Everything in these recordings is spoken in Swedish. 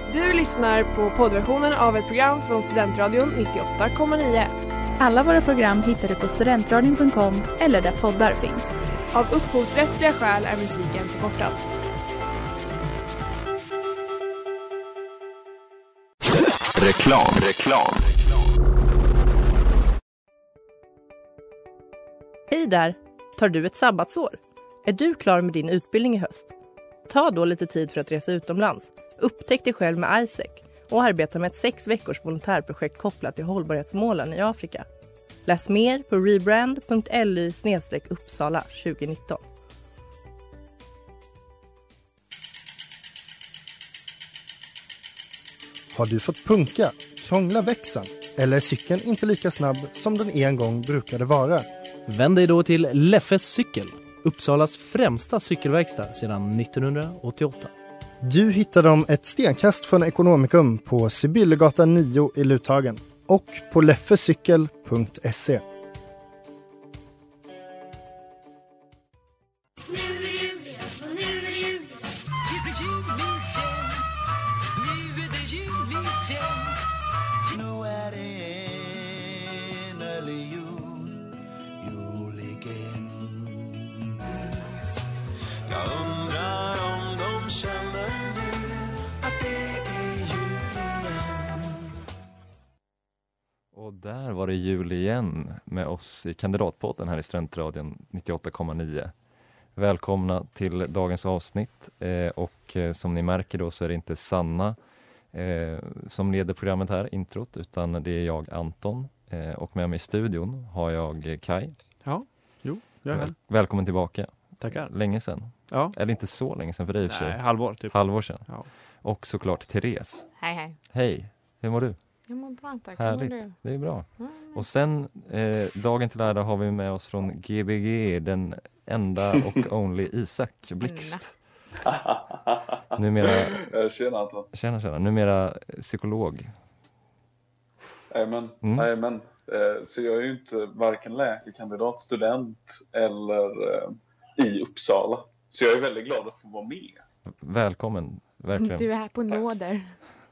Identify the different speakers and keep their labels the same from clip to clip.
Speaker 1: Du lyssnar på poddversionen av ett program från Studentradion 98,9.
Speaker 2: Alla våra program hittar du på studentradion.com eller där poddar finns.
Speaker 1: Av upphovsrättsliga skäl är musiken förkortad.
Speaker 3: Reklam.
Speaker 4: Hej där! Tar du ett sabbatsår? Är du klar med din utbildning i höst? Ta då lite tid för att resa utomlands. Upptäck dig själv med ISEC och arbeta med ett 6 veckors volontärprojekt kopplat till hållbarhetsmålen i Afrika. Läs mer på rebrand.ly/Uppsala 2019.
Speaker 5: Har du fått punka, krångla växeln eller är cykeln inte lika snabb som den en gång brukade vara?
Speaker 6: Vänd dig då till Leffes cykel, Uppsalas främsta cykelverkstad sedan 1988.
Speaker 5: Du hittar dem ett stenkast från Ekonomikum på Sibyllegatan 9 i Luthagen och på leffecykel.se.
Speaker 3: Och där var det jul igen med oss i Kandidatpodden här i Studentradion 98,9. Välkomna till dagens avsnitt och som ni märker då så är det inte Sanna som leder programmet här, introt, utan det är jag, Anton, och med mig i studion har jag Kai.
Speaker 6: Ja, jag är här.
Speaker 3: Välkommen tillbaka.
Speaker 6: Tackar.
Speaker 3: Länge sedan.
Speaker 6: Ja.
Speaker 3: Eller inte så länge sedan för dig i och för sig.
Speaker 6: Nej, halvår typ.
Speaker 3: Halvår sedan.
Speaker 6: Ja.
Speaker 3: Och såklart Therese.
Speaker 7: Hej.
Speaker 3: Hej, hur mår du?
Speaker 7: Jag mår bra, tack.
Speaker 3: Härligt, det är bra. Och sen dagen till ära har vi med oss från GBG den enda och only Isak Blixt. Numera,
Speaker 8: Tjena Anton.
Speaker 3: tjena. Numera psykolog.
Speaker 8: Jajamän. Så jag är ju inte varken läkarkandidat, student eller i Uppsala. Så jag är väldigt glad att få vara med.
Speaker 3: Välkommen, verkligen.
Speaker 7: Du är här på nåder.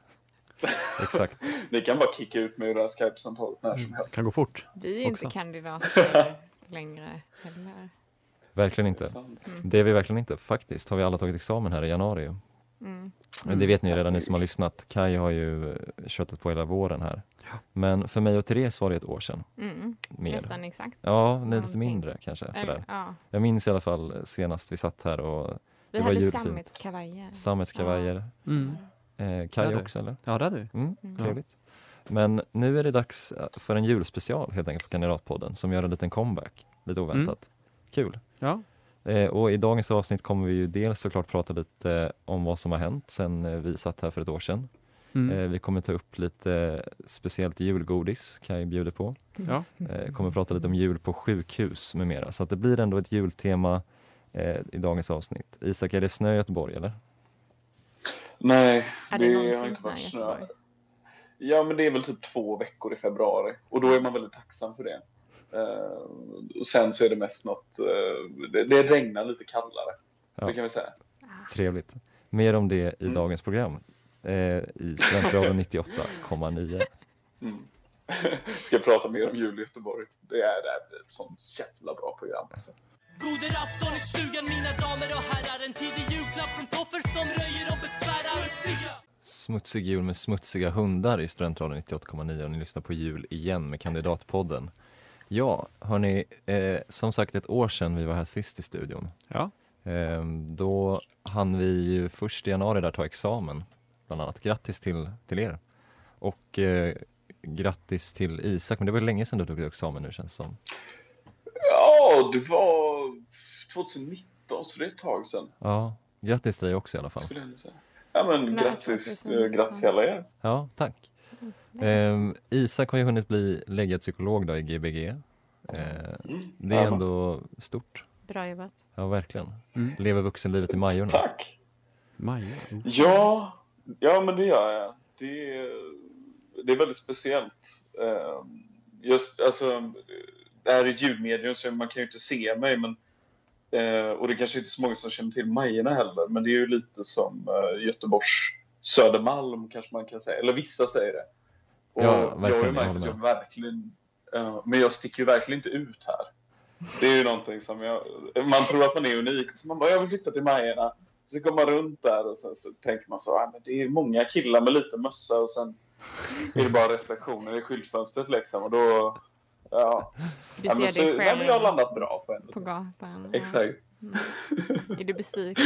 Speaker 3: Exakt.
Speaker 8: Ni kan bara kicka ut mig ur det här Skype-samtalet när som helst.
Speaker 6: Kan gå fort.
Speaker 7: Vi är ju inte kandidater längre heller.
Speaker 3: Verkligen inte. Det är vi verkligen inte. Faktiskt har vi alla tagit examen här i januari. Det vet ni redan, ni som har lyssnat. Kai har ju köttat på hela våren här. Ja. Men för mig och Therese var det ett år sedan. Mer.
Speaker 7: Nästan exakt.
Speaker 3: Ja, lite mindre kanske. Sådär.
Speaker 7: Ja.
Speaker 3: Jag minns i alla fall senast vi satt här och
Speaker 7: vi hade sammetskavajer.
Speaker 3: Sammetskavajer. Kai också, eller?
Speaker 6: Ja, det hade vi.
Speaker 3: Trevligt. Men nu är det dags för en julspecial helt enkelt för Kandidatpodden som gör en liten comeback. Lite oväntat. Kul.
Speaker 6: Ja.
Speaker 3: Och i dagens avsnitt kommer vi ju dels såklart prata lite om vad som har hänt sen vi satt här för ett år sedan. Vi kommer ta upp lite speciellt julgodis kan jag bjuda på.
Speaker 6: Ja.
Speaker 3: Kommer prata lite om jul på sjukhus med mera. Så att det blir ändå ett jultema i dagens avsnitt. Isak, är det snö i Göteborg eller?
Speaker 8: Nej,
Speaker 7: är det någonsin snö i Göteborg?
Speaker 8: Ja, men det är väl typ 2 veckor i februari. Och då är man väldigt tacksam för det. Och sen så är det mest något det regnar lite kallare.
Speaker 3: Ja.
Speaker 8: Det kan vi säga.
Speaker 3: Trevligt. Mer om det i dagens program i Studentradion 98,9.
Speaker 8: Ska jag prata mer om jul i Göteborg. Det är ett sånt jävla bra program alltså.
Speaker 9: Goder afton i stugan mina damer och herrar. En tidig julklapp från Toffer som röjer och besvärar.
Speaker 3: Smutsig jul med smutsiga hundar i Studentradion 98,9 och ni lyssnar på jul igen med Kandidatpodden. Ja, hörni, som sagt ett år sedan vi var här sist i studion.
Speaker 6: Ja.
Speaker 3: Då hann vi ju först i januari där ta examen, bland annat. Grattis till er. Och grattis till Isak, men det var länge sedan du tog examen nu känns som.
Speaker 8: Ja, det var 2019 så det är ett tag sedan.
Speaker 3: Ja, grattis till dig också i alla fall.
Speaker 8: Ja, men grattis alla er.
Speaker 3: Ja, tack. Isak har ju hunnit bli läggad psykolog då i GBG. Det är ändå stort.
Speaker 7: Bra jobbat.
Speaker 3: Ja, verkligen. Lever vuxenlivet i Majorna.
Speaker 8: Tack.
Speaker 6: Majorna?
Speaker 8: Ja, men det gör jag. Det är väldigt speciellt. Just, alltså, det här är ljudmedium så man kan ju inte se mig, men och det kanske inte är så många som känner till Majorna heller, men det är ju lite som Göteborgs Södermalm kanske man kan säga. Eller vissa säger det. Och
Speaker 3: Ja,
Speaker 8: jag har ju
Speaker 3: verkligen,
Speaker 8: märkt att jag verkligen... men jag sticker ju verkligen inte ut här. Det är ju någonting som man tror att man är unik. Så man bara, jag vill flytta till Majerna. Så går man runt där och sen så tänker man så, men det är många killar med lite mössa och sen är det bara reflektioner i skyltfönstret liksom. Och då,
Speaker 7: Du ser dig själv
Speaker 8: men jag har landat bra
Speaker 7: på gatan.
Speaker 8: Exakt.
Speaker 7: Är du besviken?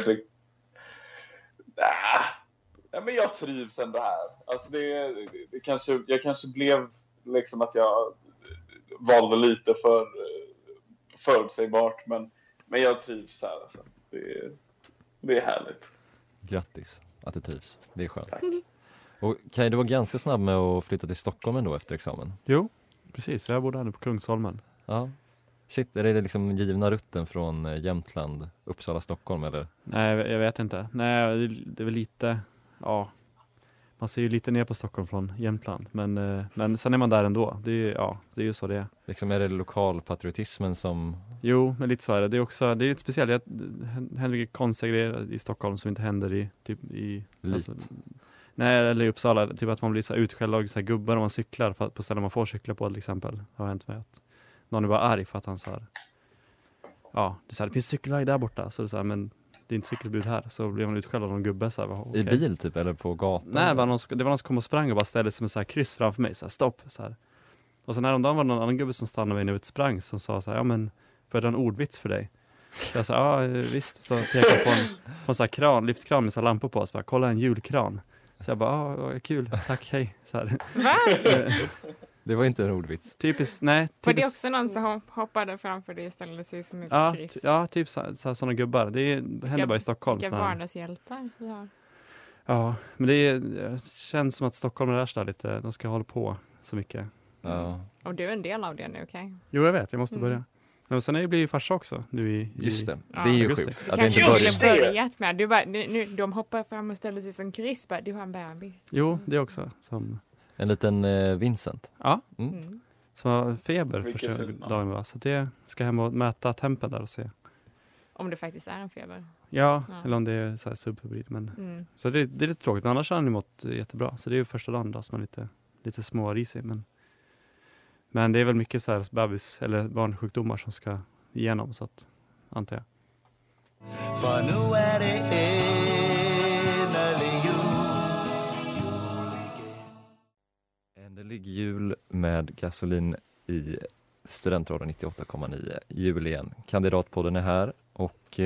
Speaker 8: Nej, men jag trivs ändå här. Alltså jag kanske blev liksom att jag valde lite för förutsägbart, men jag trivs här alltså. Det är härligt.
Speaker 3: Grattis att du trivs, det är skönt.
Speaker 8: Tack.
Speaker 3: Och Kaj, du var ganska snabb med att flytta till Stockholm ändå efter examen.
Speaker 10: Jo, precis. Jag bodde här på Kungsholmen.
Speaker 3: Ja. Shit, är det liksom givna rutten från Jämtland, Uppsala, Stockholm eller?
Speaker 10: Nej, jag vet inte. Nej, det är väl lite, ja. Man ser ju lite ner på Stockholm från Jämtland. Men sen är man där ändå. Det är ju så det är.
Speaker 3: Liksom är det lokalpatriotismen som...
Speaker 10: Jo, men lite så är det. Det är ett speciellt. Det händer mycket konstiga grejer i Stockholm som inte händer i alltså, nej, eller i Uppsala. Typ att man blir så här utskälld av så här gubbar om man cyklar på ställen man får cykla på till exempel. Har hänt med att någon är bara arg för att han så här, det finns cykelväg där borta. Så det är så här, men det är inte cykelbud här. Så blir man utskälld av någon gubbe. Så här, okay.
Speaker 3: I bil typ eller på gatan?
Speaker 10: Nej, det var någon som kom och sprang och bara ställde sig med så här kryss framför mig. Så här, stopp. Så här. Och sen häromdagen var det någon annan gubbe som stannade mig när jag sprang som sa så här, men får jag dra en ordvits för dig? Så jag sa, visst. Så pekade jag på en sån här kran, lyftkran med så här lampor på. Så bara, kolla en julkran. Så jag bara, kul, tack, hej. Så här.
Speaker 7: Va?
Speaker 3: Det var inte en ordvits.
Speaker 10: Typiskt, nej.
Speaker 7: Var det också någon som hoppade framför dig och ställde sig som ett kryss?
Speaker 10: Ja, typ sådana gubbar. Det händer bara i Stockholm.
Speaker 7: Vilka vardagshjältar.
Speaker 10: Ja, men det känns som att Stockholm är där lite. De ska hålla på så mycket.
Speaker 3: Ja.
Speaker 7: Och du är en del av det nu, okej?
Speaker 10: Jo, jag vet. Jag måste börja. Men sen blir ju farsa också.
Speaker 3: Just det. Det är ju sjukt.
Speaker 7: Det kanske inte börjat med. Du bara, de hoppar fram och ställer sig som kryss. Du har en bebis.
Speaker 10: Jo, det också. Som...
Speaker 3: En liten Vincent.
Speaker 10: Ja. Som har feber första dagen. Så det ska hem och mäta tempen där och se.
Speaker 7: Om det faktiskt är en feber.
Speaker 10: Ja. Eller om det är så här subfebrit. Men... Så det är lite tråkigt. Men annars har han mått jättebra. Så det är ju första dagen då som är lite smårisig. Men det är väl mycket så här bebis eller barnsjukdomar som ska igenom. Så att, antar jag.
Speaker 11: För nu är det
Speaker 3: Endelig jul med Gasolin i Studentradion 98,9. Jul igen. Kandidatpodden är här. Och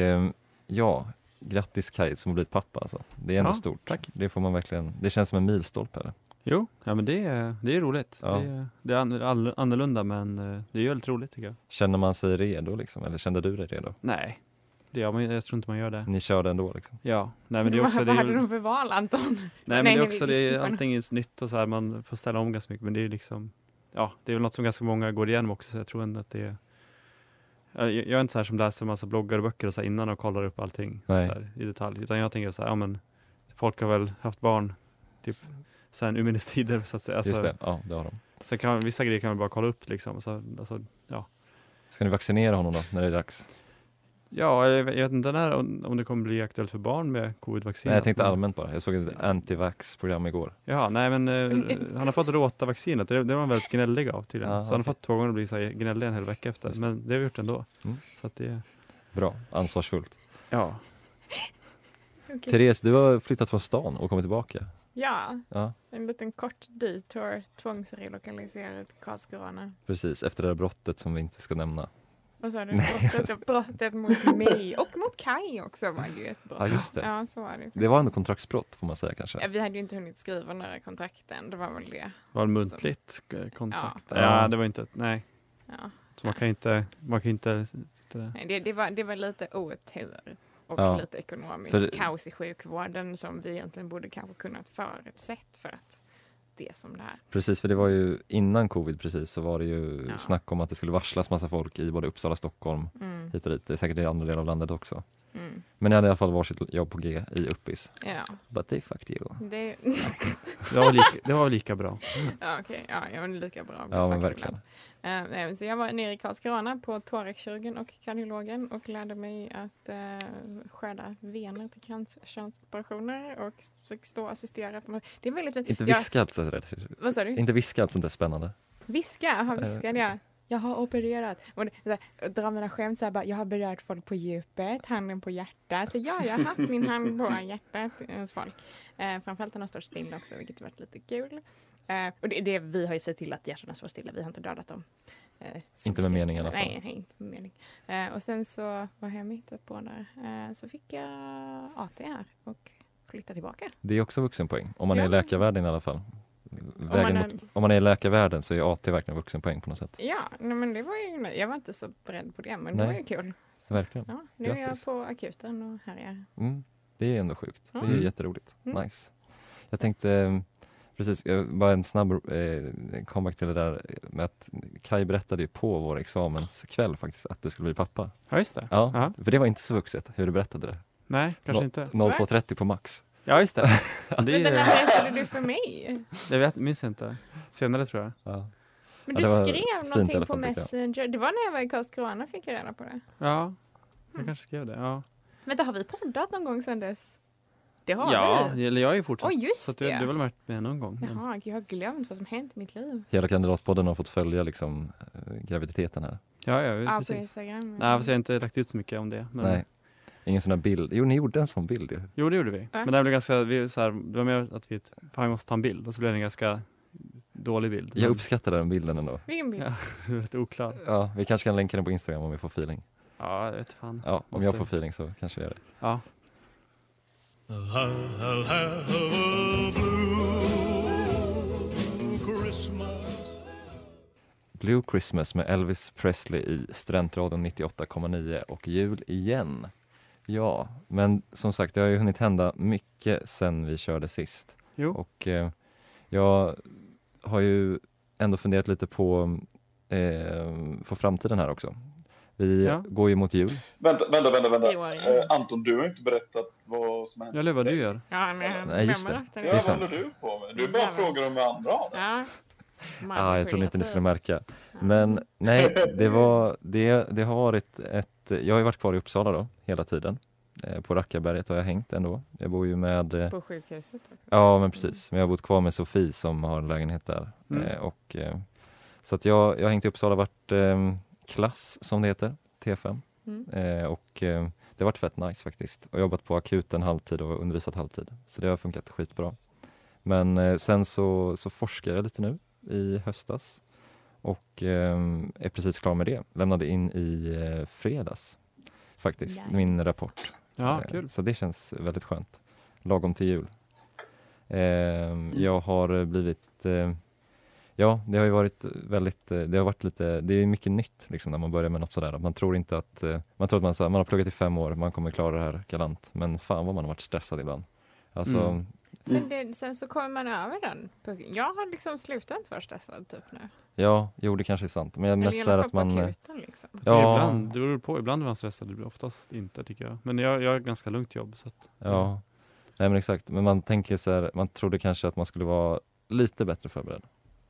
Speaker 3: grattis Kaj som har blivit pappa. Alltså. Det är ändå stort.
Speaker 10: Tack.
Speaker 3: Det får man verkligen. Det känns som en milstolpe eller?
Speaker 10: Jo, men det är roligt.
Speaker 3: Ja.
Speaker 10: Det är annorlunda, men det är ju väldigt roligt tycker jag.
Speaker 3: Känner man sig redo liksom? Eller kände du dig redo?
Speaker 10: Nej, jag tror inte man gör det.
Speaker 3: Ni körde ändå liksom?
Speaker 10: Ja, nej men det är också...
Speaker 7: Vad hade de för val, Anton?
Speaker 10: Nej, men det är också, allting är nytt och så här, man får ställa om ganska mycket. Men det är liksom, det är väl något som ganska många går igenom också. Så jag tror ändå att det är... Jag är inte så här som läser en massa bloggar och böcker och så här innan och kollar upp allting så här, i detalj. Utan jag tänker så här, men folk har väl haft barn typ sen urminnes tider så att säga. Alltså,
Speaker 3: just det, det har de.
Speaker 10: Så vissa grejer kan man bara kolla upp liksom. Så,
Speaker 3: Ska ni vaccinera honom då när det är dags?
Speaker 10: Ja, jag vet inte om det kommer bli aktuellt för barn med covid-vaccin.
Speaker 3: Nej, jag tänkte allmänt bara. Jag såg ett anti-vax-program igår.
Speaker 10: Ja, nej men han har fått råta-vaccinet. Det var han väldigt gnällig av tydligen. Så han har fått 2 gånger att bli så här gnällig en hel vecka efter. Just. Men det har vi gjort ändå. Så att det...
Speaker 3: Bra, ansvarsfullt.
Speaker 10: Ja.
Speaker 7: Okay.
Speaker 3: Therese, du har flyttat från stan och kommit tillbaka.
Speaker 7: Ja. En liten kort detour, tvångsrelokaliserad till Karlskrona.
Speaker 3: Precis, efter det där brottet som vi inte ska nämna.
Speaker 7: Vad sa du? Brottet mot mig och mot Kaj också var ju ett brott.
Speaker 3: Ja, just det.
Speaker 7: Ja, så var det.
Speaker 3: Det var ändå kontraktsbrott får man säga kanske.
Speaker 7: Ja, vi hade ju inte hunnit skriva några kontrakten, det var väl det.
Speaker 10: Var det muntligt kontrakt? Ja, det var inte, nej.
Speaker 7: Ja.
Speaker 10: Så man kan inte
Speaker 7: Nej, det var lite otur och lite ekonomiskt kaos i sjukvården som vi egentligen borde kanske kunnat förutsett för att det som det här.
Speaker 3: Precis, för det var ju innan covid precis så var det ju snack om att det skulle varslas massa folk i både Uppsala, Stockholm, hit och dit. Det är säkert i andra delar av landet också. Men jag hade i alla fall varsitt jobb på G i Uppis.
Speaker 7: Ja.
Speaker 3: But they fucked you.
Speaker 10: Det var lika bra.
Speaker 7: Ja, okej. Ja, men lika bra.
Speaker 3: Ja, men verkligen.
Speaker 7: Så jag var nere i Karlskrona på thoraxkirurgen och kardiologen och lärde mig att skörda vener till kranskärlsoperationer och fick stå och assistera. Det är väldigt...
Speaker 3: Inte viska allt sådär.
Speaker 7: Vad sa du?
Speaker 3: Inte viska allt sånt där spännande.
Speaker 7: Viska? Viskade jag. Jag har opererat. Och drar mina skämt så här bara, jag har berört folk på djupet, handen på hjärtat. För jag har haft min hand på hjärtat hos folk. Framförallt den har stått stilla också, vilket har varit lite kul. Och vi har ju sett till att hjärtarna står stilla. Vi har inte dödat dem.
Speaker 3: Inte med mening i alla fall.
Speaker 7: Nej, inte med mening. Och sen så var jag mitt på där. Så fick jag AT här och flytta tillbaka.
Speaker 3: Det är också vuxenpoäng. Om man är i läkarvärlden i alla fall. Om man är i läkarvärlden så är AT verkligen vuxenpoäng på något sätt.
Speaker 7: Ja, men det var ju... Jag var inte så beredd på det, men
Speaker 3: Nej.
Speaker 7: Det var ju kul. Så,
Speaker 3: verkligen.
Speaker 7: Ja, nu är jag på akuten och här är jag.
Speaker 3: Det är ändå sjukt. Det är jätteroligt. Nice. Jag tänkte... Precis, bara en snabb comeback till det där med att Kai berättade ju på vår examenskväll faktiskt att du skulle bli pappa.
Speaker 10: Ja, just det.
Speaker 3: Ja, för det var inte så vuxet hur du berättade det.
Speaker 10: Nej, kanske inte.
Speaker 3: 02.30 på max.
Speaker 10: Ja, just det.
Speaker 7: Men när berättade du för mig?
Speaker 10: Jag minns inte. Senare tror jag.
Speaker 3: Ja.
Speaker 7: Men du skrev någonting på Messenger. Det var när jag var i Karlskrona fick jag reda på det.
Speaker 10: Ja, jag kanske skrev det. Ja.
Speaker 7: Vänta, har vi poddat någon gång sedan dess? Det har vi.
Speaker 10: Ja, eller jag är ju fortsatt.
Speaker 7: Just
Speaker 10: så du har väl varit med någon gång.
Speaker 7: Jaha, jag har glömt vad som hänt i mitt liv.
Speaker 3: Hela kandidatpodden har fått följa liksom, graviditeten här.
Speaker 10: Ja,
Speaker 7: precis. På Instagram.
Speaker 10: Nej, jag har inte lagt ut så mycket om det. Men...
Speaker 3: Nej, ingen sån här bild. Jo, ni gjorde en sån bild ju.
Speaker 10: Jo, det gjorde vi. Men det blev ganska, det var mer att vi måste ta en bild. Och så blev det en ganska dålig bild.
Speaker 3: Jag uppskattar den bilden ändå.
Speaker 7: Vilken bild?
Speaker 10: Ja, det är lite oklar.
Speaker 3: Ja, vi kanske kan länka den på Instagram om vi får feeling.
Speaker 10: Ja, jag vet fan.
Speaker 3: Ja, om jag får feeling så kanske vi gör det.
Speaker 10: Ja.
Speaker 11: I'll have a blue Christmas.
Speaker 3: Blue Christmas med Elvis Presley i Studentradion 98,9 och jul igen. Ja, men som sagt, det har ju hunnit hända mycket sen vi körde sist.
Speaker 10: Jo.
Speaker 3: Och jag har ju ändå funderat lite på framtiden här också. Vi går ju mot jul.
Speaker 8: Vänta. Anton, du har inte berättat vad som händer.
Speaker 10: Jag lovar du gör.
Speaker 3: Nej, just det. Det är sant.
Speaker 8: Vad håller du på med? Du bara frågar om andra av det.
Speaker 3: Ja, jag trodde inte ni skulle märka. Men nej, det har varit jag har ju varit kvar i Uppsala då, hela tiden. På Rackaberget har jag hängt ändå. Jag bor ju med...
Speaker 7: På sjukhuset också.
Speaker 3: Ja, men precis. Men jag har bott kvar med Sofie som har en lägenhet där. Så att jag har hängt i Uppsala, varit klass som det heter, T5. Och det har varit fett nice faktiskt. Och jobbat på akuten halvtid och undervisat halvtid. Så det har funkat skitbra. Men sen så forskar jag lite nu i höstas. Och är precis klar med det. Lämnade in i fredags faktiskt, min rapport.
Speaker 10: Ja, kul.
Speaker 3: Så det känns väldigt skönt. Lagom till jul. Jag har blivit... det har ju varit väldigt... Det är mycket nytt liksom, när man börjar med något sådär. Man tror inte att... Man tror att man har pluggat i 5 år, man kommer klara det här galant. Men fan vad man har varit stressad ibland. Alltså...
Speaker 7: Men sen så kommer man över den. Jag har liksom slutat vara stressad typ nu.
Speaker 3: Ja, det kanske är sant. Men jag mest är att man...
Speaker 7: Akuten, liksom.
Speaker 10: Ibland, det beror på. Ibland är man stressad, det blir oftast inte tycker jag. Men jag har ganska lugnt jobb. Så att,
Speaker 3: Ja, nej men exakt. Men man tänker så här, man trodde kanske att man skulle vara lite bättre förberedd.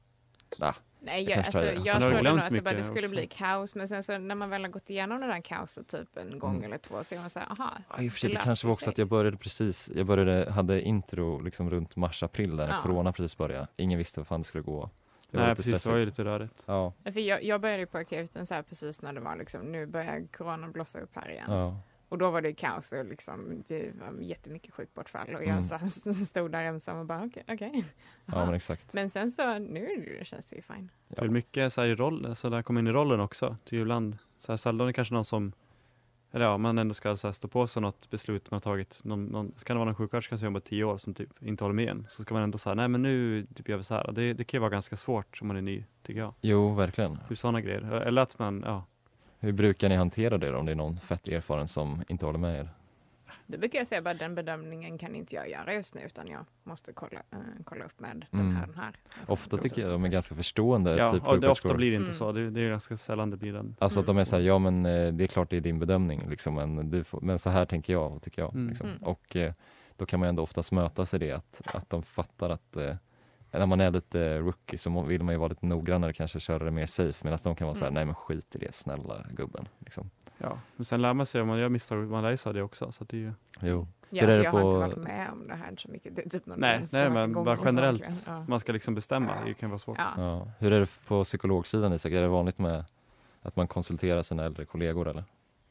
Speaker 7: Nej, jag trodde nog att det skulle bli kaos. Men sen så när man väl har gått igenom den där kaoset typ en gång eller två så är man så här, aha.
Speaker 3: Ja, i och för sig, det kanske var också att jag hade intro liksom runt mars-april där när corona precis började. Ingen visste vad fan det skulle gå.
Speaker 10: Nej, precis, det var ju lite rörigt.
Speaker 3: Ja.
Speaker 7: För jag började på akuten så här precis när det var liksom, nu börjar corona blossa upp här igen.
Speaker 3: Ja.
Speaker 7: Och då var det kaos och liksom, det var jättemycket sjukbortfall. Och jag stod där ensam och bara okej.
Speaker 3: Ja, men exakt.
Speaker 7: Men sen så, nu känns det ju fine.
Speaker 10: Det är mycket så här i roll, så där kommer in i rollen också. Det är ju ibland, så här sällan är kanske någon som, eller ja, man ändå ska så här, stå på sig något beslut man har tagit. Så kan det vara någon sjuksköterska som jobbar 10 år som typ inte håller med igen. Så ska man ändå säga, nej men nu typ gör vi så här. Det kan ju vara ganska svårt om man är ny, tycker jag.
Speaker 3: Jo, verkligen.
Speaker 10: Hur sådana grejer. Eller att man,
Speaker 3: Hur brukar ni hantera det då, om det är någon fett erfaren som inte håller med er?
Speaker 7: Då brukar jag säga bara den bedömningen kan inte jag göra just nu utan jag måste kolla upp med den här.
Speaker 3: Ofta tycker jag de är ganska förstående.
Speaker 10: Ja,
Speaker 3: typ
Speaker 10: och det ofta blir det inte så. Det är ganska sällan det blir den.
Speaker 3: Alltså att de är så här, ja men det är klart det är din bedömning liksom, men så här tänker jag, tycker jag. Liksom. Och då kan man ändå oftast mötas i det att de fattar att när man är lite rookie så vill man ju vara lite noggrannare, kanske köra det mer safe, medan de kan vara så här, nej men skit i det, snälla gubben. Liksom.
Speaker 10: Ja, men sen lär man sig om man gör misstag, man lär sig av det också. Så det är ju...
Speaker 3: Jo.
Speaker 7: Ja, så jag har inte varit med om det här så mycket. Det är typ någon
Speaker 10: nej, men bara generellt.
Speaker 7: Ja.
Speaker 10: Man ska liksom bestämma, det kan vara svårt.
Speaker 7: Ja.
Speaker 3: Ja. Hur är det på psykologsidan, Isak? Är det vanligt med att man konsulterar sina äldre kollegor eller?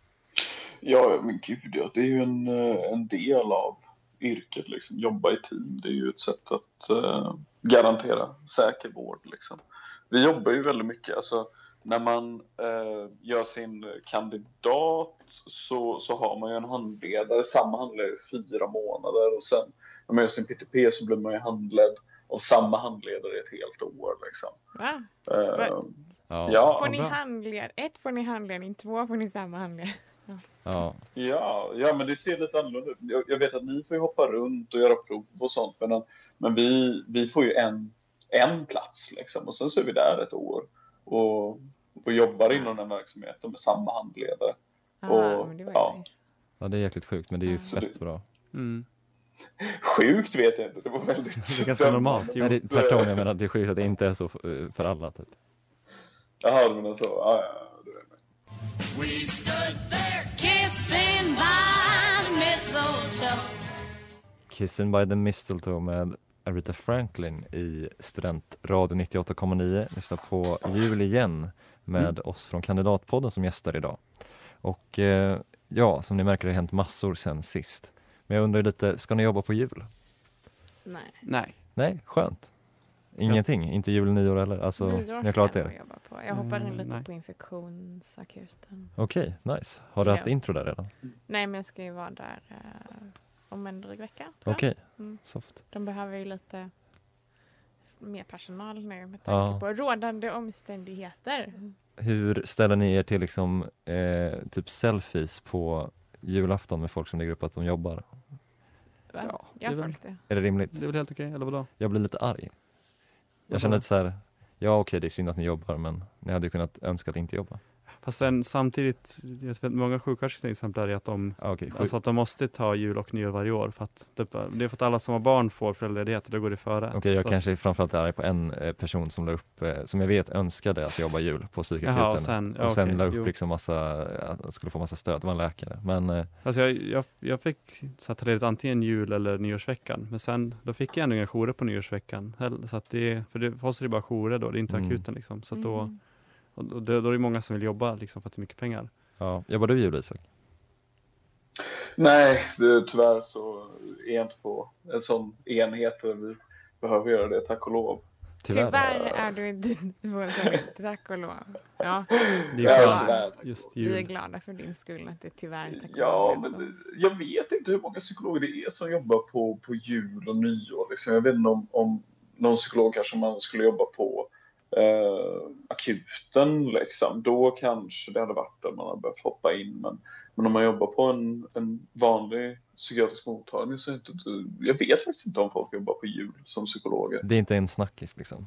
Speaker 8: Ja, men gud ja. Det är ju en del av yrket liksom. Jobba i team, det är ju ett sätt att garantera säker vård liksom. Vi jobbar ju väldigt mycket, alltså när man gör sin kandidat så har man ju en handledare, samma handledare i 4 månader, och sen när man gör sin PTP så blir man ju handledd av samma handledare i ett helt år liksom.
Speaker 7: Va?
Speaker 8: Ja.
Speaker 7: Får ni handled? 1 får ni handledning, 2 får ni samma handledning.
Speaker 8: Ja, men det ser lite annorlunda ut. Jag vet att ni får ju hoppa runt och göra prov och sånt, men vi får ju en plats liksom, och sen så är vi där ett år och jobbar inom den verksamheten med samma handledare.
Speaker 7: Men det var nice.
Speaker 3: Ja, det är jäkligt sjukt, men det är ju fett bra.
Speaker 10: Mm.
Speaker 8: Sjukt vet jag inte, det var väldigt...
Speaker 10: Det är ganska normalt.
Speaker 3: Nej, det är tvärtom, jag menar, det är sjukt att det inte är så för alla typ.
Speaker 8: Jaha, du menar så. Ja, det är det.
Speaker 9: We stood there kissing by the mistletoe.
Speaker 3: Kissing by the Mistletoe med Aretha Franklin i Studentradio 98,9. Lyssna på Jul igen med oss från Kandidatpodden som gästar idag. Och ja, som ni märker har det hänt massor sen sist. Men jag undrar lite, ska ni jobba på jul?
Speaker 10: Nej.
Speaker 3: Nej, skönt. Ingenting, inte jul, nyår eller? Alltså, ni har klarat det?
Speaker 7: Jag hoppar in lite på infektionsakuten.
Speaker 3: Okej, nice. Har du haft intro där redan?
Speaker 7: Nej, men jag ska ju vara där om en dryg vecka.
Speaker 3: Okej, soft.
Speaker 7: De behöver ju lite mer personal nu med tanke på rådande omständigheter.
Speaker 3: Hur ställer ni er till liksom, typ selfies på julafton med folk som lägger upp att de jobbar?
Speaker 7: Ja, jag får det.
Speaker 3: Är det rimligt?
Speaker 10: Det är väl helt okej, eller vadå?
Speaker 3: Jag blir lite arg. Jag känner att så här, ja okej, det är synd att ni jobbar, men ni hade ju kunnat önska att inte jobba.
Speaker 10: Fast sen samtidigt, jag vet många sjuksköterskor till exempel är att de, alltså att de måste ta jul och nyår varje år. För att det är för att alla som har barn får föräldraledighet, och då går det före.
Speaker 3: Okej, jag kanske framförallt är arg på en person som la upp, som jag vet önskade att jobba jul på psykakuten. Och sen la upp liksom att skulle få massa stöd, det var en läkare. Men,
Speaker 10: alltså jag fick så att ta ledigt antingen jul eller nyårsveckan. Men sen, då fick jag ändå inga jourer på nyårsveckan. Så att för oss är det bara jourer då, det är inte akuten liksom. Så att då är det många som vill jobba liksom, för att det är mycket pengar.
Speaker 3: Ja, jobbar du jul, Isak?
Speaker 8: Nej, tyvärr så är jag inte på en sån enhet där vi behöver göra det, tack och lov.
Speaker 7: Tyvärr är du inte på en sån, tack och lov. Ja,
Speaker 10: det är just jul.
Speaker 7: Vi är glada för din skull att det tyvärr tack och lov.
Speaker 8: Ja, men jag vet inte hur många psykologer det är som jobbar på jul och nyår. Liksom. Jag vet inte om någon psykolog kanske man skulle jobba på akuten liksom, då kanske det hade varit där man hade behövt hoppa in, men om man jobbar på en vanlig psykiatrisk mottagning så inte, jag vet faktiskt inte om folk jobbar på jul som psykologer.
Speaker 3: Det är inte en snackis liksom?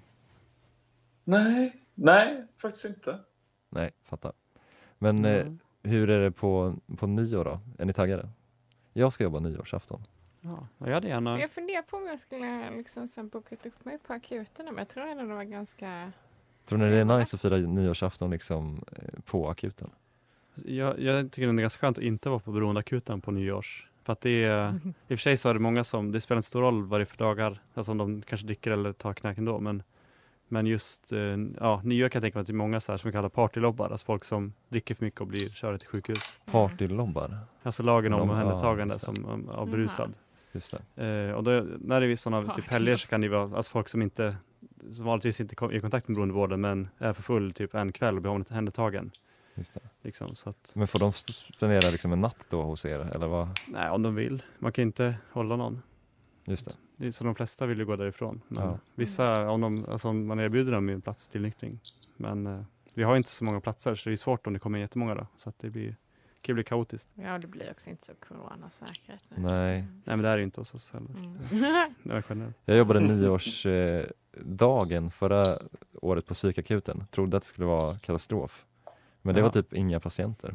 Speaker 8: Nej, faktiskt inte.
Speaker 3: Nej, fattar. Men hur är det på nyår då? Är ni taggade? Jag ska jobba nyårsafton.
Speaker 10: Ja, jag hade gärna.
Speaker 7: Jag funderar på om jag skulle liksom sen bokat upp mig på akuten, men jag tror ändå det var ganska...
Speaker 3: Tror ni det är nice att fira nyårsafton liksom på akuten?
Speaker 10: Jag tycker det är ganska skönt att inte vara på beroendeakuten på nyårs. För att det är, i och för sig så är det många som, det spelar inte stor roll varje för dagar, alltså om de kanske dricker eller tar knäck ändå, men just nyår kan jag tänka mig att det är många så här som vi kallar partylobbar, alltså folk som dricker för mycket och blir körda till sjukhus.
Speaker 3: Partylobbar?
Speaker 10: Alltså lagen om omhändertagande som avbrusad.
Speaker 3: Just det.
Speaker 10: Och då, när det är sådana typ helger så kan det vara alltså folk som vanligtvis inte är i kontakt med beroendevården men är för full typ en kväll och blir omhändertagen.
Speaker 3: Just det.
Speaker 10: Liksom, så att... Men
Speaker 3: får de spendera liksom en natt då hos er? Eller vad?
Speaker 10: Nej, om de vill. Man kan inte hålla någon.
Speaker 3: Just det.
Speaker 10: Så de flesta vill ju gå därifrån. Men vissa, om man erbjuder dem en plats till nykning. Men vi har inte så många platser så det är svårt om det kommer jättemånga då. Så att det kan bli kaotiskt.
Speaker 7: Ja, det blir också inte så coronasäkert.
Speaker 3: Nej,
Speaker 10: men det är ju inte hos oss heller. Det var generellt.
Speaker 3: Jag jobbade nyårsdagen förra året på psykakuten. Trodde att det skulle vara katastrof. Men det var typ inga patienter.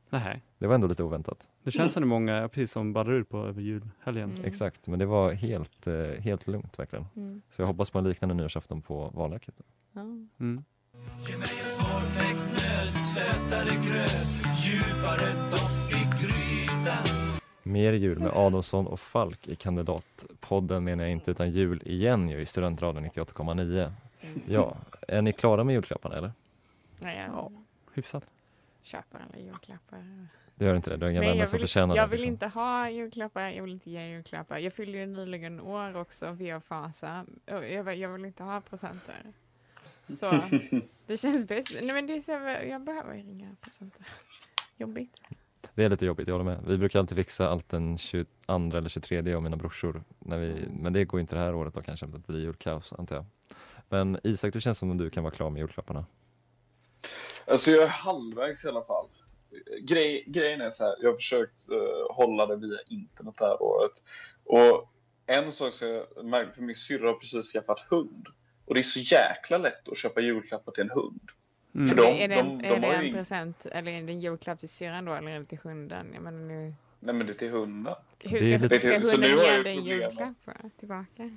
Speaker 10: Nej.
Speaker 3: Det var ändå lite oväntat.
Speaker 10: Det känns som det är många, precis som ballar ur på över julhelgen.
Speaker 3: Exakt, men det var helt lugnt verkligen. Så jag hoppas på en liknande nyårsafton på Valverket.
Speaker 7: Ja.
Speaker 11: Ge mig en svårknäckt nöt, sötare gröt, djupare dopp i grytan.
Speaker 3: Mer jul med Adolfsson och Falk i kandidatpodden menar jag inte, utan jul igen ju i Studentradion 98,9. Ja, är ni klara med julklapparna eller?
Speaker 7: Nej,
Speaker 10: Ja, hyfsat.
Speaker 7: Köper alla julklappar.
Speaker 3: Det gör inte det, du har inga vänner som förtjänar det.
Speaker 7: Jag vill
Speaker 3: liksom.
Speaker 7: inte ha julklappar, jag vill inte ge julklappar. Jag fyllde ju nyligen år också via Fasa. Jag vill inte ha presenter. Så det känns bäst. Nej, men det är så, jag behöver inga presenter. Jobbigt.
Speaker 3: Det är lite jobbigt, jag håller med. Vi brukar alltid fixa allt den 22 eller 23 och mina brorsor. Men det går inte det här året då kanske, det blir julkaos antar jag. Men Isak, du känns som om du kan vara klar med julklapparna.
Speaker 8: Alltså jag är halvvägs i alla fall. Grejen är så här, jag har försökt hålla det via internet det här året. Och en sak som jag märkte, för min syrra har precis skaffat hund. Och det är så jäkla lätt att köpa julklappar till en hund. För
Speaker 7: är det en present, eller är det en julklapp till syrran då, eller är det till hunden? Jag menar nu...
Speaker 8: Nej, men det är till hunden.
Speaker 7: Hur ska hunden ge dig en julklapp tillbaka?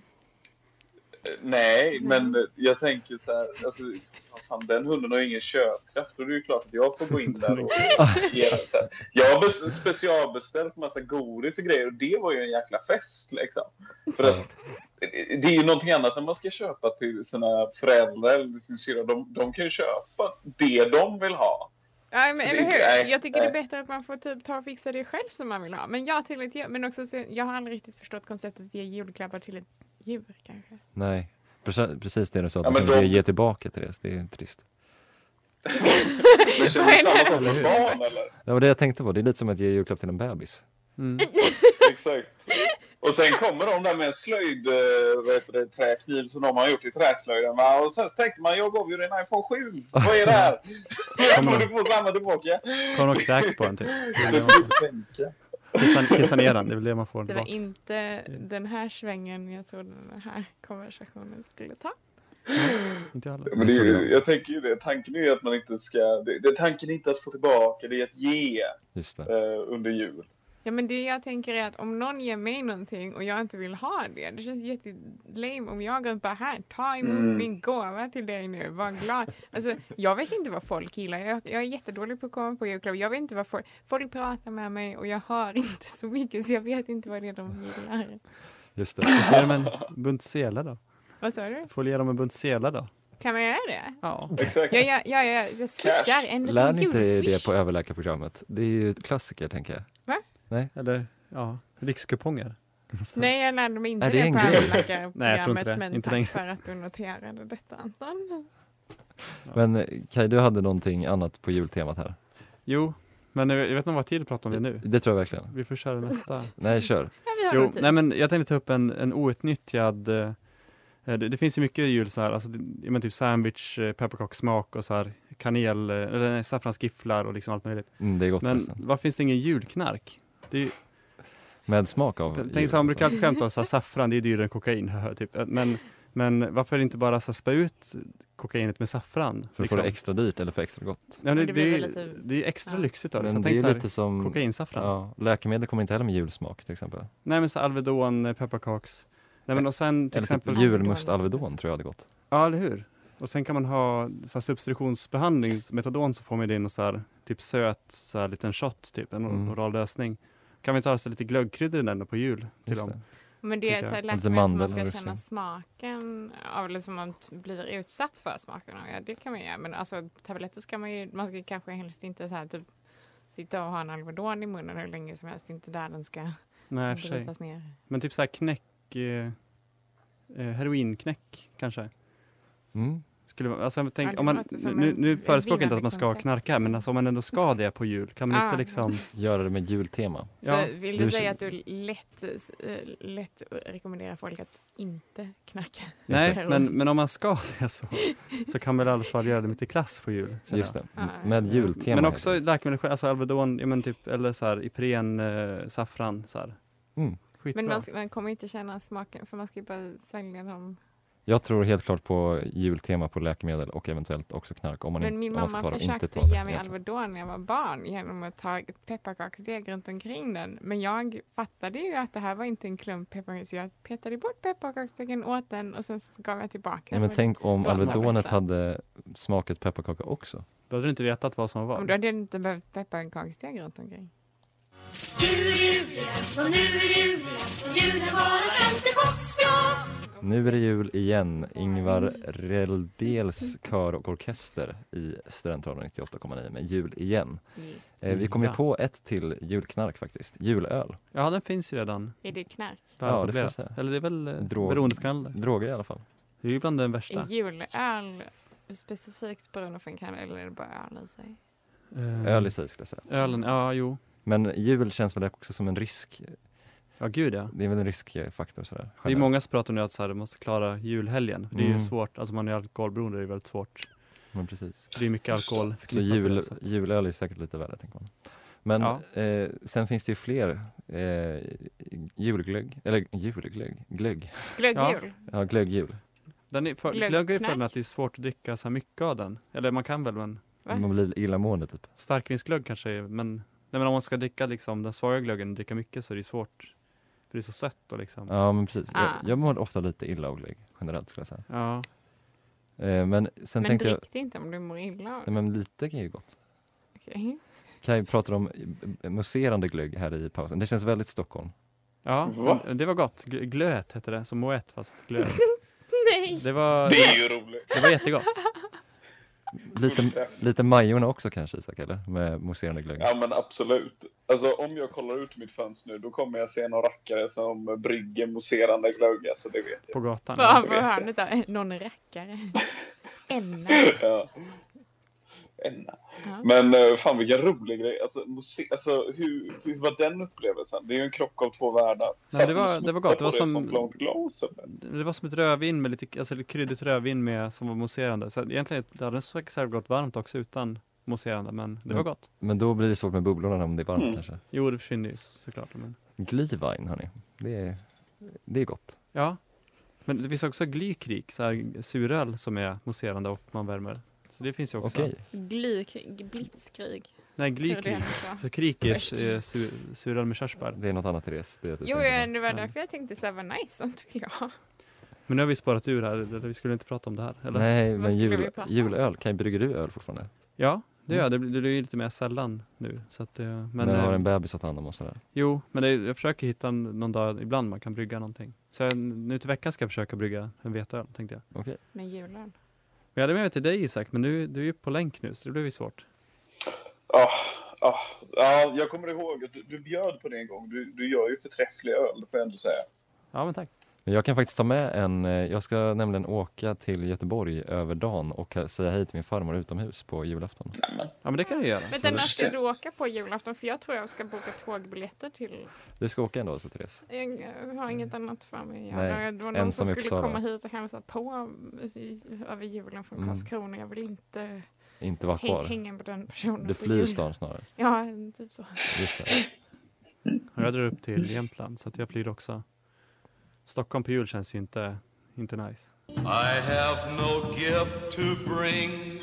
Speaker 8: Nej, men jag tänker så här, alltså, fan, den hunden har ju ingen köpkraft, och det är ju klart att jag får gå in där och ge den så här. Jag har specialbeställt massa godis och grejer, och det var ju en jäkla fest liksom. För att det är ju någonting annat när man ska köpa till sina föräldrar eller sin syra. De kan ju köpa det de vill ha.
Speaker 7: Ja, men eller hur? Jag tycker det är bättre att man får typ ta och fixa det själv som man vill ha. Men men också jag har aldrig riktigt förstått konceptet att ge julklappar till ett djur kanske.
Speaker 3: Nej, precis det du sa, att man kan ge tillbaka till det, det är trist.
Speaker 8: Det känns samma som för barn, eller?
Speaker 3: Det var det jag tänkte på, det är lite som att ge julklapp till en bebis.
Speaker 8: Exakt. Och sen kommer de där med en slöjd träkniv som de har gjort i träslöjden. Va? Och sen tänkte man, jag gav ju en iPhone 7. Vad är det här? Kommer du få samma tillbaka?
Speaker 10: Kommer de kräks på den typ? Kissa ner den, det är väl det man får.
Speaker 7: Det var inte den här svängen jag trodde den här konversationen skulle ta.
Speaker 10: Inte alla.
Speaker 8: Men jag tänker ju det. Tanken är ju att man inte ska... tanken är inte att få tillbaka, det är att ge.
Speaker 3: Just det.
Speaker 8: Under jul.
Speaker 7: Ja, men det jag tänker är att om någon ger mig någonting och jag inte vill ha det, det känns jättelame om jag går bara här, ta emot min gåva till dig nu, var glad. Alltså, jag vet inte vad folk gillar. Jag är jättedålig på att komma på julklapp. Jag vet inte vad folk pratar med mig och jag hör inte så mycket, så jag vet inte vad det är de gillar.
Speaker 10: Just det. Får ge dem en bunt selar då?
Speaker 7: Vad sa du?
Speaker 10: Får ge dem en bunt selar då?
Speaker 7: Kan man göra det?
Speaker 10: Ja.
Speaker 8: Exakt.
Speaker 7: Jag swishar en liten
Speaker 3: lär ni inte
Speaker 7: julswish.
Speaker 3: det på överläkarprogrammet? Det är ju ett klassiker, tänker jag.
Speaker 7: Va?
Speaker 3: Nej.
Speaker 10: Eller, ja, rikskuponger.
Speaker 7: Nej, jag lärde mig inte
Speaker 3: det
Speaker 7: det på överläkarprogrammet.
Speaker 10: Nej, jag tror inte det.
Speaker 7: Men
Speaker 10: inte
Speaker 7: tack
Speaker 10: länge.
Speaker 7: för att du noterade detta, Anton.
Speaker 3: Men Kaj, du hade någonting annat på jultemat här.
Speaker 10: Jo, men jag vet inte vad tid att prata om det nu.
Speaker 3: Det tror jag verkligen.
Speaker 10: Vi får köra nästa.
Speaker 3: Nej, kör.
Speaker 10: Jo, nej, men jag tänkte ta upp en outnyttjad... Det finns ju mycket jul så här, alltså, men typ sandwich, pepparkakssmak och så här kanel, eller saffransgifflar och liksom allt möjligt.
Speaker 3: Det är gott.
Speaker 10: Men
Speaker 3: förresten.
Speaker 10: vad finns det ingen julknark? Det är,
Speaker 3: med smak av
Speaker 10: tänk så, man brukar alltid skämta om så här, saffran, det är dyrare än kokain typ. Men varför inte bara så spä ut kokainet med saffran?
Speaker 3: För att få det extra dyrt eller för extra gott?
Speaker 10: Ja, det är extra lyxigt av det.
Speaker 3: Men
Speaker 10: så
Speaker 3: det är
Speaker 10: så här,
Speaker 3: lite som
Speaker 10: kokainsaffran.
Speaker 3: Ja, läkemedel kommer inte heller med julsmak till exempel.
Speaker 10: Nej, men så Alvedon, pepparkaks. Nej, men och sen till
Speaker 3: eller
Speaker 10: exempel
Speaker 3: typ julmust Alvedon tror jag hade gått.
Speaker 10: Ja, eller hur? Och sen kan man ha så här, substitutionsbehandling, metadon, så får man in och så här, typ söt så här, liten shot, typ en oral lösning. Kan vi ta så lite glöggkryddor i den på jul till dem?
Speaker 7: Men det är så här läkemedel som man ska känna smaken av, eller som man blir utsatt för smaken av. Ja, det kan man göra. Men alltså tabletter ska man ska kanske helst inte så här, typ, sitta och ha en Alvedon i munnen hur länge som helst. Inte där den ska brytas ner.
Speaker 10: Men typ så här knäck, heroinknäck kanske. Alltså, jag tänk, om man, nu förespråkar inte att man ska knarka, men alltså, om man ändå ska det på jul, kan man inte liksom...
Speaker 3: göra det med jultema.
Speaker 7: Så vill du säga att du lätt rekommenderar folk att inte knarka?
Speaker 10: Nej, men om man ska det så kan man i alla fall göra det lite klass på jul.
Speaker 3: Just det, med jultema.
Speaker 10: Men också läkemedel, alltså Alvedon, men typ, eller så här, Ipren, saffran, så här.
Speaker 7: Men man kommer inte känna smaken, för man ska ju bara svälja dem.
Speaker 3: Jag tror helt klart på jultema på läkemedel och eventuellt också knark. Om man
Speaker 7: Men min
Speaker 3: om man ska
Speaker 7: mamma
Speaker 3: ta det,
Speaker 7: försökte
Speaker 3: inte ta det
Speaker 7: ge mig
Speaker 3: egentligen.
Speaker 7: Alvedon när jag var barn genom att ta ett pepparkaksdeg runt omkring den. Men jag fattade ju att det här var inte en klump pepparkaks. Så jag petade bort pepparkaksdegen åt den och sen så gav jag tillbaka.
Speaker 3: Nej, men tänk om
Speaker 7: Vad
Speaker 3: Alvedonet
Speaker 7: smart.
Speaker 3: hade smakat pepparkaka också.
Speaker 10: Då hade du inte vetat vad som var.
Speaker 7: Men då hade jag inte behövt pepparkaksdeg runt omkring.
Speaker 3: Nu är det jul igen. Ingvar Reldels kör och orkester i Studentradion 98,9 med jul igen. Vi kom ju på ett till julknark faktiskt. Julöl.
Speaker 10: Ja, den finns ju redan.
Speaker 7: Är det knark?
Speaker 3: Ja, det får jag säga.
Speaker 10: Eller det är väl beroendeframkallande.
Speaker 3: Droger i alla fall.
Speaker 10: Det är ju bland den värsta.
Speaker 7: Är julöl specifikt beroendeframkallande eller är det bara öl i sig?
Speaker 3: Öl i sig skulle jag säga.
Speaker 10: Ölen, ja, jo.
Speaker 3: Men jul känns väl också som en risk.
Speaker 10: Ja, gud ja.
Speaker 3: Det är väl en riskfaktor sådär.
Speaker 10: Det är många som pratar nu att så här, måste klara julhelgen. För det är ju svårt, alltså man är alkoholberoende, det är väldigt svårt.
Speaker 3: Men precis.
Speaker 10: Det är mycket alkohol.
Speaker 3: Så julöl är säkert lite värre, tänker man. Men sen finns det ju fler julglögg, eller glögg.
Speaker 7: Glöggjul?
Speaker 3: Ja, glöggjul.
Speaker 10: Glögg är för att det är svårt att dricka så här mycket av den. Eller man kan väl, men...
Speaker 3: Man blir illamående typ.
Speaker 10: Starkvinsglögg kanske är, men om man ska dricka liksom den svaga glöggen och dricka mycket så är det svårt. För det är så sött och liksom.
Speaker 3: Ja, men precis. Jag mår ofta lite illa av glögg, generellt skulle jag säga.
Speaker 10: Ja.
Speaker 3: Men sen tänkte jag...
Speaker 7: drick det inte om du mår illa av.
Speaker 3: Nej, men lite kan ju gott.
Speaker 7: Okej.
Speaker 3: Kaj pratar om muserande glögg här i pausen. Det känns väldigt Stockholm.
Speaker 10: Ja, det var gott. Glöt hette det, som moët fast glöt.
Speaker 7: Nej!
Speaker 10: Det
Speaker 8: är ju roligt.
Speaker 10: Det var jättegott.
Speaker 3: Lite Majorna också kanske, Isak, eller? Med mousserande glögg.
Speaker 8: Ja, men absolut. Alltså om jag kollar ut mitt fönster nu, då kommer jag se några rackare som brygger mousserande glögg. Alltså det vet jag.
Speaker 10: På gatan.
Speaker 7: Bara på hörnet där. Någon rackare. Enna.
Speaker 8: Ja. Enna. Ja. Men fan vilken rolig grej. Alltså hur var den upplevelsen? Det är ju en krock av två världar.
Speaker 10: Nej, det var gott. Det var
Speaker 8: som
Speaker 10: det som ett rödvin med lite kryddigt rödvin med som var mousserande. Så egentligen det hade säkert gått varmt också utan mousserande, men det var gott.
Speaker 3: Men då blir det svårt med bubblorna om det är varmt kanske.
Speaker 10: Jo, det försvinner ju såklart. Men...
Speaker 3: Glühwein, hörni. Det är gott.
Speaker 10: Ja. Men det finns också glykrik, så här suröl som är mousserande och man värmer. Så det finns ju också.
Speaker 7: Glykrig, blitzkrig.
Speaker 10: Nej, glykrig. Så krik är suröl med körsbär.
Speaker 3: Det är något annat, Therese.
Speaker 7: Det var därför jag tänkte så här, vad nice, sånt vill jag ha.
Speaker 10: Men nu har vi sparat ur här, vi skulle inte prata om det här. Eller?
Speaker 3: Nej, men julöl, brygger du öl fortfarande?
Speaker 10: Ja, det gör jag. Det blir ju lite mer sällan nu. Så att, men
Speaker 3: har en bebis att ta hand om och sådär?
Speaker 10: Jo, men jag försöker hitta någon dag ibland man kan brygga någonting. Så nu till veckan ska jag försöka brygga en veteöl, tänkte jag.
Speaker 3: Okej.
Speaker 7: Med julöl.
Speaker 10: Jag hade med mig till dig, Isak, men du är ju på länk nu, så det blev ju svårt.
Speaker 8: Ja, jag kommer ihåg att du bjöd på det en gång. Du gör ju förträfflig öl, får jag ändå säga.
Speaker 10: Ja, men tack.
Speaker 3: Men jag kan faktiskt ta med jag ska nämligen åka till Göteborg över dagen och säga hej till min farmor utomhus på julafton.
Speaker 10: Ja, men det kan du göra.
Speaker 7: Men när ska du åka på julafton? För jag tror jag ska boka tågbiljetter till...
Speaker 3: Du ska åka ändå, så Therese?
Speaker 7: Jag har inget annat för mig.
Speaker 3: Nej,
Speaker 7: det var någon som skulle komma hit och hälsa på över julen från Karlskrona. Jag vill inte
Speaker 3: vara kvar.
Speaker 7: Hänga på den personen.
Speaker 3: Du flyr stan snarare.
Speaker 7: Ja, typ så.
Speaker 3: Just det.
Speaker 10: Jag drar upp till Jämtland, så att jag flyr också. Stockholm på jul känns ju inte nice.
Speaker 11: I have no gift to bring.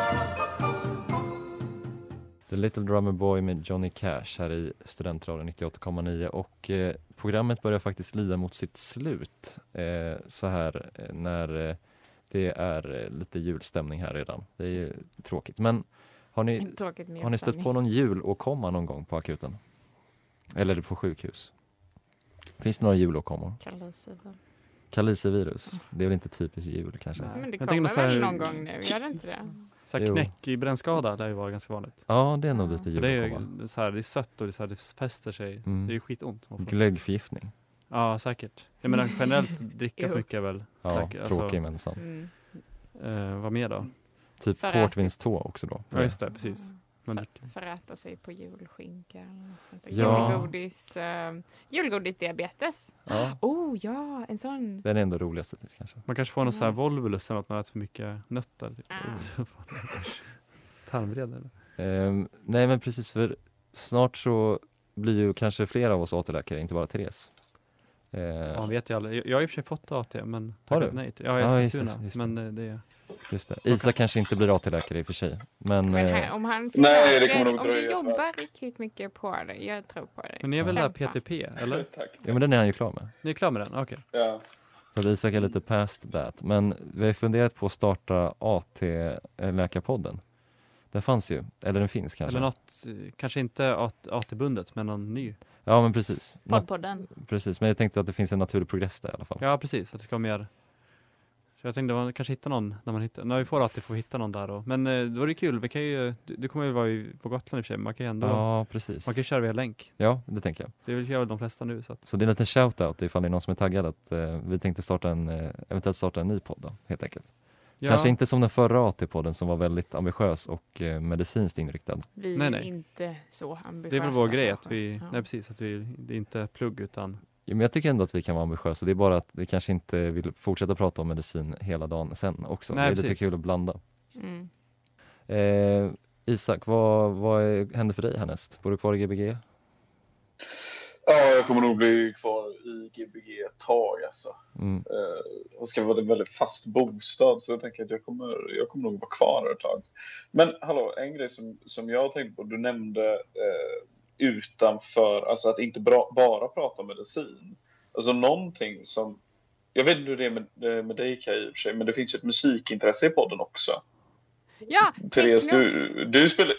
Speaker 3: The Little Drummer Boy med Johnny Cash här i Studentradion 98,9 och programmet börjar faktiskt lida mot sitt slut så här när det är lite julstämning här redan. Det är ju tråkigt. Men har ni stött på någon julåkomma någon gång på akuten? Eller på sjukhus? Finns det några julåkommor? Kalisevirus. Det är väl inte typiskt jul kanske?
Speaker 7: Nej, men det kommer väl någon gång nu, gör det inte det?
Speaker 10: Så här knäck i brännskada, det var ganska vanligt.
Speaker 3: Ja, det är nog lite julåkomma.
Speaker 10: Det är så här, det är sött och det fäster sig. Det är ju skitont.
Speaker 3: Glöggförgiftning.
Speaker 10: Ja, säkert. Jag menar generellt dricka för mycket är väl.
Speaker 3: Ja,
Speaker 10: säkert.
Speaker 3: tråkig men sant.
Speaker 10: Vad mer då?
Speaker 3: Typ portvinstå också då.
Speaker 10: Ja, just det, precis.
Speaker 7: För att äta sig på julskinka.
Speaker 3: Ja.
Speaker 7: Julgodisdiabetes.
Speaker 3: Ja.
Speaker 7: Ja, en sån.
Speaker 3: Den är ändå roligast kanske.
Speaker 10: Man kanske får någon så här volvulus eller något, man äter för mycket nötter. Typ. Tarmvred eller?
Speaker 3: Nej, men precis, för snart så blir ju kanske flera av oss återläkare, inte bara Therese.
Speaker 10: Man vet ju aldrig. Jag har i och för sig fått AT, men
Speaker 3: har du?
Speaker 10: nej. Ja, jag är Eskilstuna, men det är...
Speaker 3: Just det. Isak kanske inte blir AT-läkare i och för sig. Men
Speaker 7: om han
Speaker 8: nej, det kommer nog
Speaker 7: om du
Speaker 8: dröja.
Speaker 7: jobbar riktigt mycket på det, jag tror på det.
Speaker 10: Men ni är väl där PTP, eller?
Speaker 8: Tack.
Speaker 3: Ja, men den är han ju klar med.
Speaker 10: Ni är klar med den? Okej.
Speaker 8: Ja.
Speaker 3: Så Isak är lite past that. Men vi har funderat på att starta AT-läkarpodden. Den fanns ju, eller den finns kanske.
Speaker 10: Eller något, kanske inte AT-bundet, men någon ny.
Speaker 3: Ja, men precis.
Speaker 12: Poddpodden.
Speaker 3: Precis, men jag tänkte att det finns en naturlig progress där i alla fall.
Speaker 10: Ja, precis. Att det ska vara mer... Så jag tänkte att man kanske hittar någon när vi får AT får hitta någon där. Och, men då är det kul. Vi kan ju, du kommer ju vara på Gotland i och för sig. Man kan ju ändå...
Speaker 3: Ja, precis.
Speaker 10: Man kan ju köra via länk.
Speaker 3: Ja, det tänker jag.
Speaker 10: Det vill jag väl de flesta nu.
Speaker 3: Så det är en liten shoutout ifall det är någon som är taggad att vi tänkte eventuellt starta en ny podd då, helt enkelt.
Speaker 10: Ja.
Speaker 3: Kanske inte som den förra AT-podden som var väldigt ambitiös och medicinskt inriktad.
Speaker 7: Vi är inte så ambitiösa.
Speaker 10: Det är väl vår grej att det är inte plugg utan...
Speaker 3: Ja, men jag tycker ändå att vi kan vara ambitiösa. Det är bara att vi kanske inte vill fortsätta prata om medicin hela dagen sen också.
Speaker 10: Nej,
Speaker 3: det är
Speaker 10: precis.
Speaker 3: lite kul att blanda.
Speaker 10: Mm.
Speaker 3: Isak, vad händer för dig härnäst? Bor du kvar i Gbg?
Speaker 8: Ja, jag kommer nog bli kvar i Gbg ett tag alltså. Och ska vara en väldigt fast bostad, så jag tänker att jag kommer nog vara kvar ett tag. Men hallå, en grej som jag tänkte på, du nämnde utanför, alltså att inte bara prata om medicin. Alltså någonting som, jag vet inte hur det är med dig Kaj i och för sig, men det finns ju ett musikintresse i podden också.
Speaker 7: Ja,
Speaker 8: Therese, du spelar...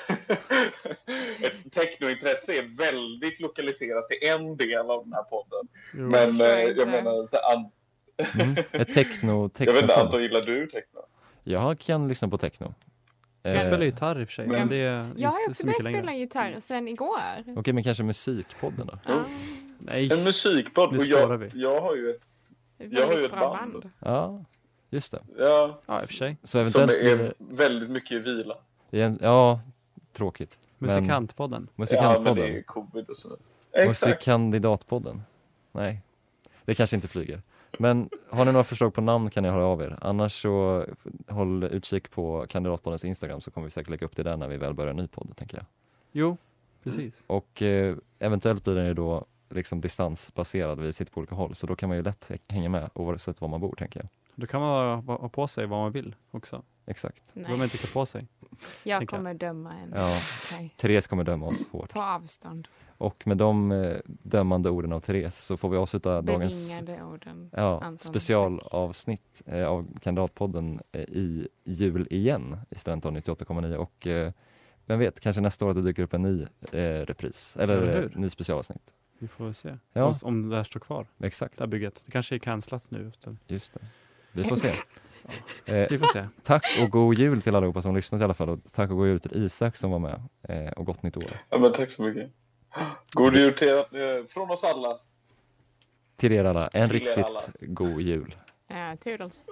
Speaker 8: Ett technointresse är väldigt lokaliserat till en del av den här podden.
Speaker 3: Jo.
Speaker 8: Men jag menar så
Speaker 3: ett techno.
Speaker 8: Jag vet inte, Anton, gillar du techno?
Speaker 3: Jag kan lyssna på techno.
Speaker 10: Jag spelar gitarr i och för sig, men det är
Speaker 7: jag har
Speaker 10: inte
Speaker 7: också
Speaker 10: så mycket
Speaker 7: börjat
Speaker 10: längre.
Speaker 7: spela gitarr sen igår.
Speaker 3: Okej, men kanske musikpodden då?
Speaker 10: Nej.
Speaker 8: En musikpodd, och jag har ju ett band.
Speaker 3: Ja, just det.
Speaker 8: Ja,
Speaker 10: i och för sig.
Speaker 3: Så eventuellt
Speaker 8: som är väldigt mycket i vila.
Speaker 3: Ja, tråkigt.
Speaker 10: Musikantpodden.
Speaker 3: Musikantpodden.
Speaker 8: Ja, men det är covid och så. Exakt.
Speaker 3: Musikkandidatpodden. Nej, det kanske inte flyger. Men har ni några förslag på namn kan ni höra av er. Annars så håll utkik på Kandidatpoddens Instagram, så kommer vi säkert lägga upp det där när vi väl börjar en ny podd, tänker jag.
Speaker 10: Jo, precis.
Speaker 3: Och eventuellt blir den ju då liksom distansbaserad. Vi sitter på olika håll, så då kan man ju lätt hänga med oavsett var man bor, tänker jag.
Speaker 10: Då kan man ha på sig vad man vill också.
Speaker 3: Exakt.
Speaker 10: Då behöver man inte ta på sig.
Speaker 7: Jag kommer döma en.
Speaker 3: Ja,
Speaker 7: Okay.
Speaker 3: Therese kommer döma oss hårt.
Speaker 7: På avstånd.
Speaker 3: Och med de dömande orden av Therese så får vi avsluta dagens specialavsnitt av Kandidatpodden i jul igen i Studentradion 98,9. Och vem vet, kanske nästa år att det dyker upp en ny repris eller ny specialavsnitt.
Speaker 10: Vi får väl se om det där står kvar.
Speaker 3: Exakt.
Speaker 10: Det här bygget. Det kanske är cancelat nu.
Speaker 3: Just det. Vi får se.
Speaker 10: Vi får se.
Speaker 3: Tack och god jul till allihopa som lyssnat i alla fall. Och tack och god jul till Isak som var med. Och gott nytt år.
Speaker 8: Ja, men tack så mycket. God jul från oss alla.
Speaker 3: Till er alla. En
Speaker 8: Till er
Speaker 3: riktigt
Speaker 8: alla.
Speaker 3: god jul.
Speaker 7: Ja, toodles.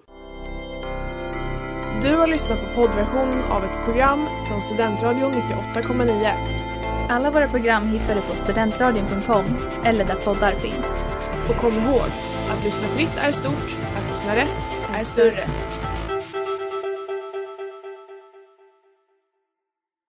Speaker 1: Du har lyssnat på poddversion av ett program från Studentradion 98,9.
Speaker 2: Alla våra program hittar du på studentradion.com eller där poddar finns.
Speaker 1: Och kom ihåg, att lyssna fritt är stort, att lyssna rätt är större.